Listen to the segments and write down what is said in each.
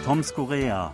Toms Korea.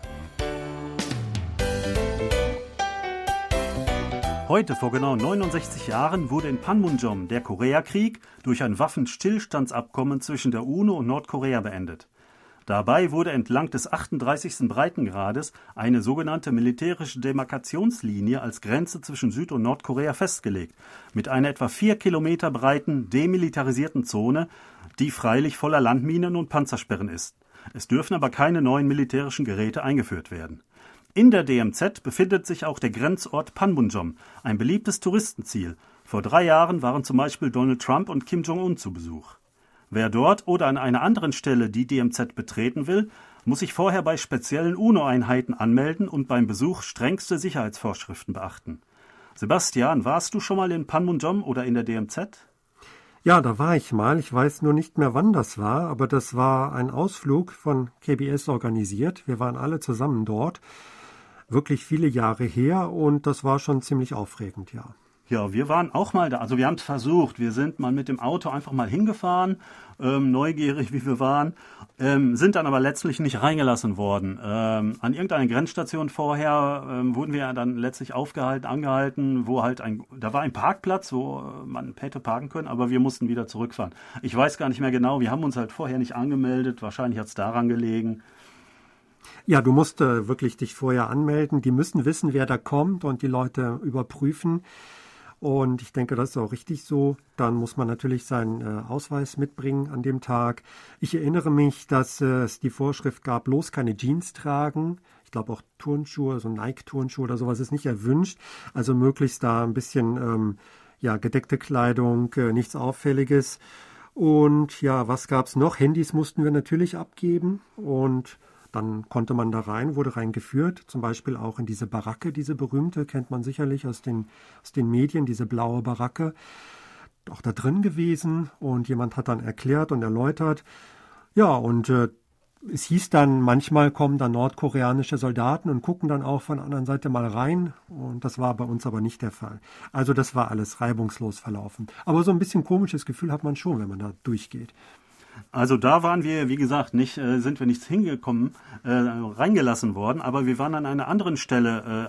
Heute, vor genau 69 Jahren, wurde in Panmunjom der Koreakrieg durch ein Waffenstillstandsabkommen zwischen der UNO und Nordkorea beendet. Dabei wurde entlang des 38. Breitengrades eine sogenannte militärische Demarkationslinie als Grenze zwischen Süd- und Nordkorea festgelegt, mit einer etwa 4 Kilometer breiten, demilitarisierten Zone, die freilich voller Landminen und Panzersperren ist. Es dürfen aber keine neuen militärischen Geräte eingeführt werden. In der DMZ befindet sich auch der Grenzort Panmunjom, ein beliebtes Touristenziel. Vor 3 Jahren waren zum Beispiel Donald Trump und Kim Jong-un zu Besuch. Wer dort oder an einer anderen Stelle die DMZ betreten will, muss sich vorher bei speziellen UNO-Einheiten anmelden und beim Besuch strengste Sicherheitsvorschriften beachten. Sebastian, warst du schon mal in Panmunjom oder in der DMZ? Ja, da war ich mal. Ich weiß nur nicht mehr, wann das war, aber das war ein Ausflug von KBS organisiert. Wir waren alle zusammen dort, wirklich viele Jahre her, und das war schon ziemlich aufregend, ja. Ja, wir waren auch mal da. Also wir haben es versucht. Wir sind mal mit dem Auto einfach mal hingefahren, neugierig wie wir waren, sind dann aber letztlich nicht reingelassen worden. An irgendeiner Grenzstation vorher wurden wir dann letztlich angehalten, wo halt da war ein Parkplatz, wo man hätte parken können, aber wir mussten wieder zurückfahren. Ich weiß gar nicht mehr genau. Wir haben uns halt vorher nicht angemeldet. Wahrscheinlich hat es daran gelegen. Ja, du musst wirklich dich vorher anmelden. Die müssen wissen, wer da kommt, und die Leute überprüfen. Und ich denke, das ist auch richtig so. Dann muss man natürlich seinen Ausweis mitbringen an dem Tag. Ich erinnere mich, dass es die Vorschrift gab, bloß keine Jeans tragen. Ich glaube auch Turnschuhe, so Nike-Turnschuhe oder sowas ist nicht erwünscht. Also möglichst da ein bisschen gedeckte Kleidung, nichts Auffälliges. Und ja, was gab's noch? Handys mussten wir natürlich abgeben, und dann konnte man da rein, wurde reingeführt, zum Beispiel auch in diese Baracke, diese berühmte, kennt man sicherlich aus den Medien, diese blaue Baracke, auch da drin gewesen, und jemand hat dann erklärt und erläutert. Ja, und es hieß dann, manchmal kommen dann nordkoreanische Soldaten und gucken dann auch von der anderen Seite mal rein, und das war bei uns aber nicht der Fall. Also das war alles reibungslos verlaufen. Aber so ein bisschen komisches Gefühl hat man schon, wenn man da durchgeht. Also da waren wir, wie gesagt, sind wir nicht hingekommen, reingelassen worden, aber wir waren an einer anderen Stelle,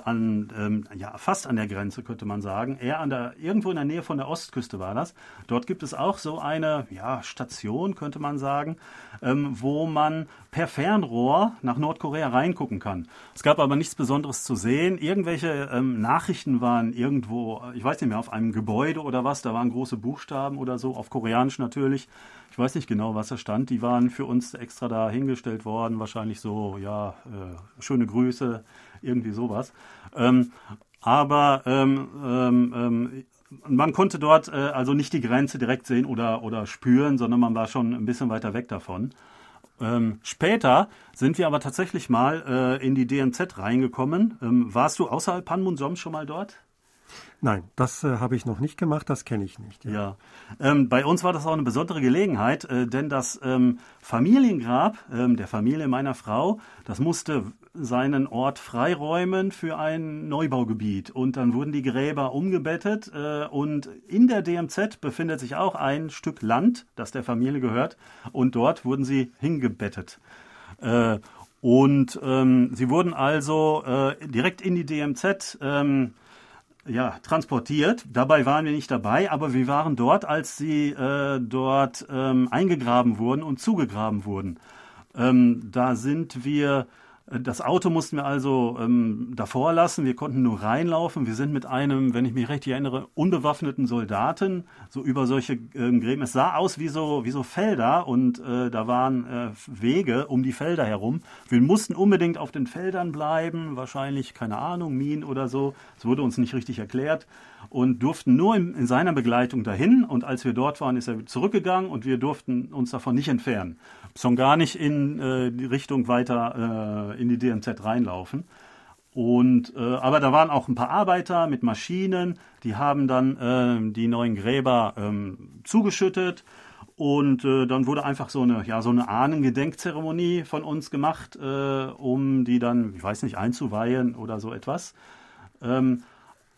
fast an der Grenze, könnte man sagen, irgendwo in der Nähe von der Ostküste war das. Dort gibt es auch so eine, Station, könnte man sagen, wo man per Fernrohr nach Nordkorea reingucken kann. Es gab aber nichts Besonderes zu sehen. Irgendwelche Nachrichten waren irgendwo, ich weiß nicht mehr, auf einem Gebäude oder was, da waren große Buchstaben oder so, auf Koreanisch natürlich. Ich weiß nicht genau, was da stand. Die waren für uns extra da hingestellt worden. Wahrscheinlich so, schöne Grüße, irgendwie sowas. Man konnte dort also nicht die Grenze direkt sehen oder spüren, sondern man war schon ein bisschen weiter weg davon. Später sind wir aber tatsächlich mal in die DMZ reingekommen. Warst du außerhalb Panmunjom schon mal dort? Nein, das habe ich noch nicht gemacht, das kenne ich nicht. Ja. Bei uns war das auch eine besondere Gelegenheit, denn das Familiengrab der Familie meiner Frau, das musste seinen Ort freiräumen für ein Neubaugebiet. Und dann wurden die Gräber umgebettet, und in der DMZ befindet sich auch ein Stück Land, das der Familie gehört, und dort wurden sie hingebettet. Sie wurden also direkt in die DMZ transportiert. Dabei waren wir nicht dabei, aber wir waren dort, als sie dort eingegraben wurden und zugegraben wurden. Das Auto mussten wir also davor lassen. Wir konnten nur reinlaufen. Wir sind mit einem, wenn ich mich richtig erinnere, unbewaffneten Soldaten so über solche Gräben. Es sah aus wie so Felder, und da waren Wege um die Felder herum. Wir mussten unbedingt auf den Feldern bleiben, wahrscheinlich, keine Ahnung, Minen oder so. Es wurde uns nicht richtig erklärt, und durften nur in seiner Begleitung dahin. Und als wir dort waren, ist er zurückgegangen, und wir durften uns davon nicht entfernen. Schon gar nicht in die Richtung weiter in die DMZ reinlaufen. Aber da waren auch ein paar Arbeiter mit Maschinen, die haben dann die neuen Gräber zugeschüttet, und dann wurde einfach so eine Ahnengedenkzeremonie von uns gemacht, um die dann, ich weiß nicht, einzuweihen oder so etwas.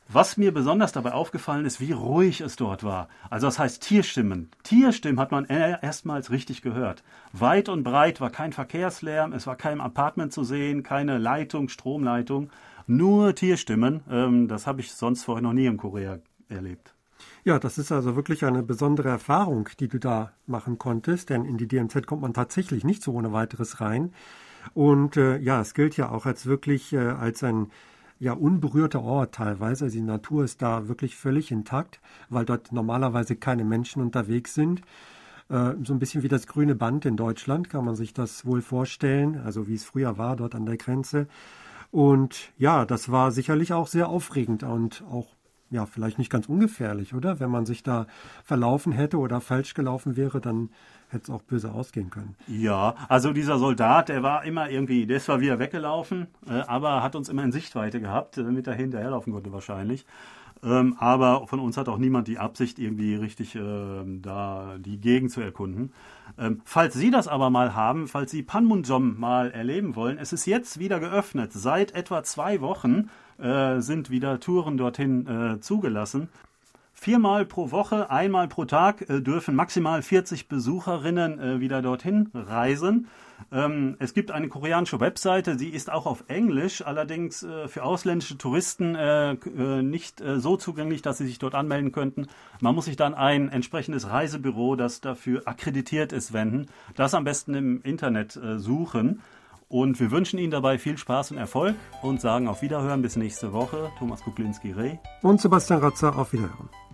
Was mir besonders dabei aufgefallen ist, wie ruhig es dort war. Also das heißt Tierstimmen. Tierstimmen hat man erstmals richtig gehört. Weit und breit war kein Verkehrslärm, es war kein Apartment zu sehen, keine Leitung, Stromleitung, nur Tierstimmen. Das habe ich sonst vorher noch nie in Korea erlebt. Ja, das ist also wirklich eine besondere Erfahrung, die du da machen konntest, denn in die DMZ kommt man tatsächlich nicht so ohne weiteres rein. Und es gilt ja auch als wirklich als ein unberührter Ort teilweise. Also die Natur ist da wirklich völlig intakt, weil dort normalerweise keine Menschen unterwegs sind. So ein bisschen wie das grüne Band in Deutschland, kann man sich das wohl vorstellen, also wie es früher war dort an der Grenze. Und ja, das war sicherlich auch sehr aufregend und auch vielleicht nicht ganz ungefährlich, oder? Wenn man sich da verlaufen hätte oder falsch gelaufen wäre, dann hätte es auch böse ausgehen können. Ja, also dieser Soldat, der war wieder weggelaufen, aber hat uns immer in Sichtweite gehabt, damit er hinterherlaufen konnte wahrscheinlich. Aber von uns hat auch niemand die Absicht, irgendwie richtig da die Gegend zu erkunden. Falls Sie das aber mal haben, falls Sie Panmunjom mal erleben wollen, es ist jetzt wieder geöffnet. Seit etwa 2 Wochen sind wieder Touren dorthin zugelassen. 4-mal pro Woche, 1-mal pro Tag dürfen maximal 40 Besucherinnen wieder dorthin reisen. Es gibt eine koreanische Webseite, die ist auch auf Englisch, allerdings für ausländische Touristen nicht so zugänglich, dass sie sich dort anmelden könnten. Man muss sich dann ein entsprechendes Reisebüro, das dafür akkreditiert ist, wenden. Das am besten im Internet suchen. Und wir wünschen Ihnen dabei viel Spaß und Erfolg und sagen auf Wiederhören bis nächste Woche. Thomas Kuklinski-Reh und Sebastian Ratzer, auf Wiederhören.